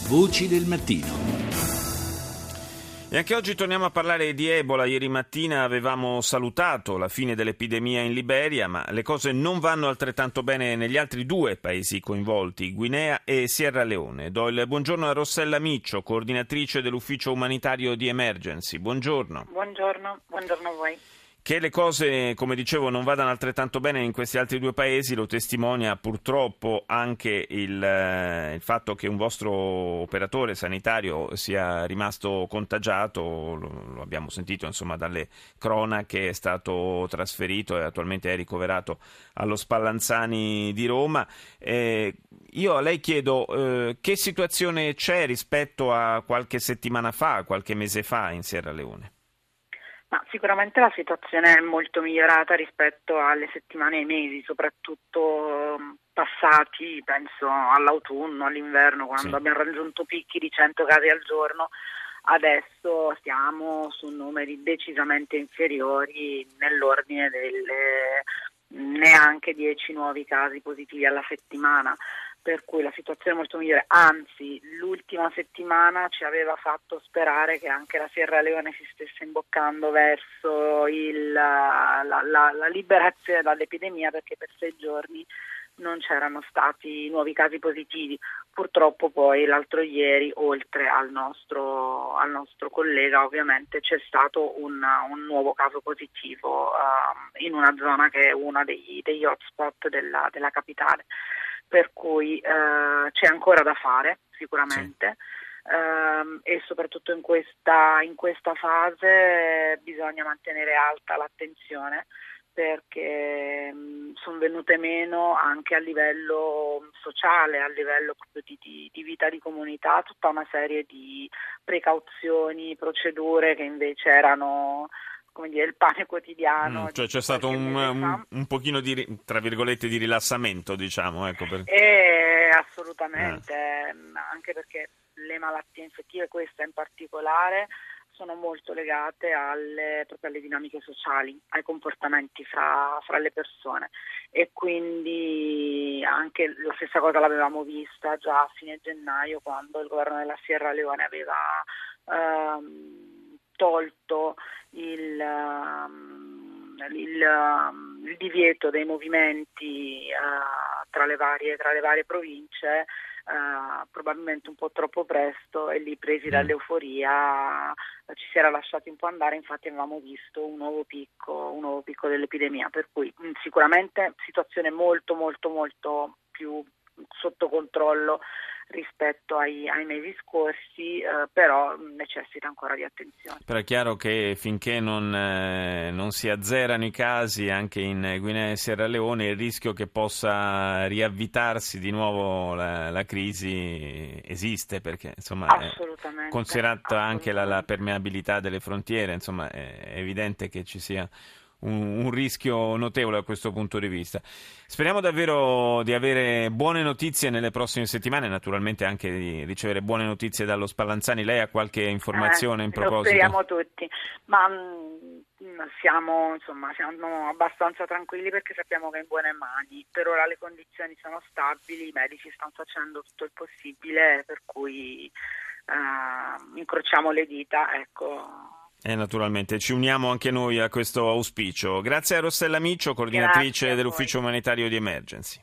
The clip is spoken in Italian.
Voci del mattino. E anche oggi torniamo a parlare di Ebola. Ieri mattina avevamo salutato la fine dell'epidemia in Liberia, ma le cose non vanno altrettanto bene negli altri due paesi coinvolti, Guinea e Sierra Leone. Do il buongiorno a Rossella Miccio, coordinatrice dell'ufficio umanitario di Emergency. Buongiorno. Buongiorno a voi. Che le cose, come dicevo, non vadano altrettanto bene in questi altri due paesi lo testimonia purtroppo anche il fatto che un vostro operatore sanitario sia rimasto contagiato, lo abbiamo sentito insomma dalle cronache, è stato trasferito e attualmente è ricoverato allo Spallanzani di Roma. Io a lei chiedo che situazione c'è rispetto a qualche settimana fa, qualche mese fa in Sierra Leone? Ma sicuramente la situazione è molto migliorata rispetto alle settimane e ai mesi, soprattutto passati, penso all'autunno, all'inverno, quando abbiamo raggiunto picchi di 100 casi al giorno. Adesso siamo su numeri decisamente inferiori, nell'ordine delle neanche 10 nuovi casi positivi alla settimana, per cui la situazione è molto migliore. Anzi, l'ultima settimana ci aveva fatto sperare che anche la Sierra Leone si stesse imboccando verso la liberazione dall'epidemia, perché per 6 giorni non c'erano stati nuovi casi positivi. Purtroppo poi l'altro ieri, oltre al nostro collega, ovviamente c'è stato un nuovo caso positivo in una zona che è uno degli hotspot della capitale, per cui c'è ancora da fare sicuramente. Sì. E soprattutto in questa fase bisogna mantenere alta l'attenzione, perché sono venute meno anche a livello sociale, a livello proprio di vita di comunità, tutta una serie di precauzioni, procedure che invece erano, come dire, il pane quotidiano. Cioè c'è stato un pochino di, tra virgolette, di rilassamento, diciamo, ecco. Assolutamente, anche perché le malattie infettive, questa in particolare, sono molto legate proprio alle dinamiche sociali, ai comportamenti fra le persone, e quindi anche la stessa cosa l'avevamo vista già a fine gennaio, quando il governo della Sierra Leone aveva tolto il divieto dei movimenti tra le varie province, probabilmente un po' troppo presto, e lì, presi dall'euforia, ci si era lasciati un po' andare. Infatti avevamo visto un nuovo picco dell'epidemia, per cui sicuramente situazione molto molto molto più sotto controllo rispetto ai mesi scorsi, però necessita ancora di attenzione. Però è chiaro che finché non si azzerano i casi anche in Guinea e Sierra Leone, il rischio che possa riavvitarsi di nuovo la crisi esiste, perché insomma, considerata anche la permeabilità delle frontiere, insomma è evidente che ci sia un rischio notevole da questo punto di vista. Speriamo davvero di avere buone notizie nelle prossime settimane, naturalmente anche di ricevere buone notizie dallo Spallanzani. Lei ha qualche informazione in proposito? Lo speriamo tutti, ma siamo abbastanza tranquilli, perché sappiamo che è in buone mani. Per ora le condizioni sono stabili, i medici stanno facendo tutto il possibile, per cui incrociamo le dita, ecco. Naturalmente, ci uniamo anche noi a questo auspicio. Grazie a Rossella Miccio, coordinatrice dell'ufficio umanitario di Emergency.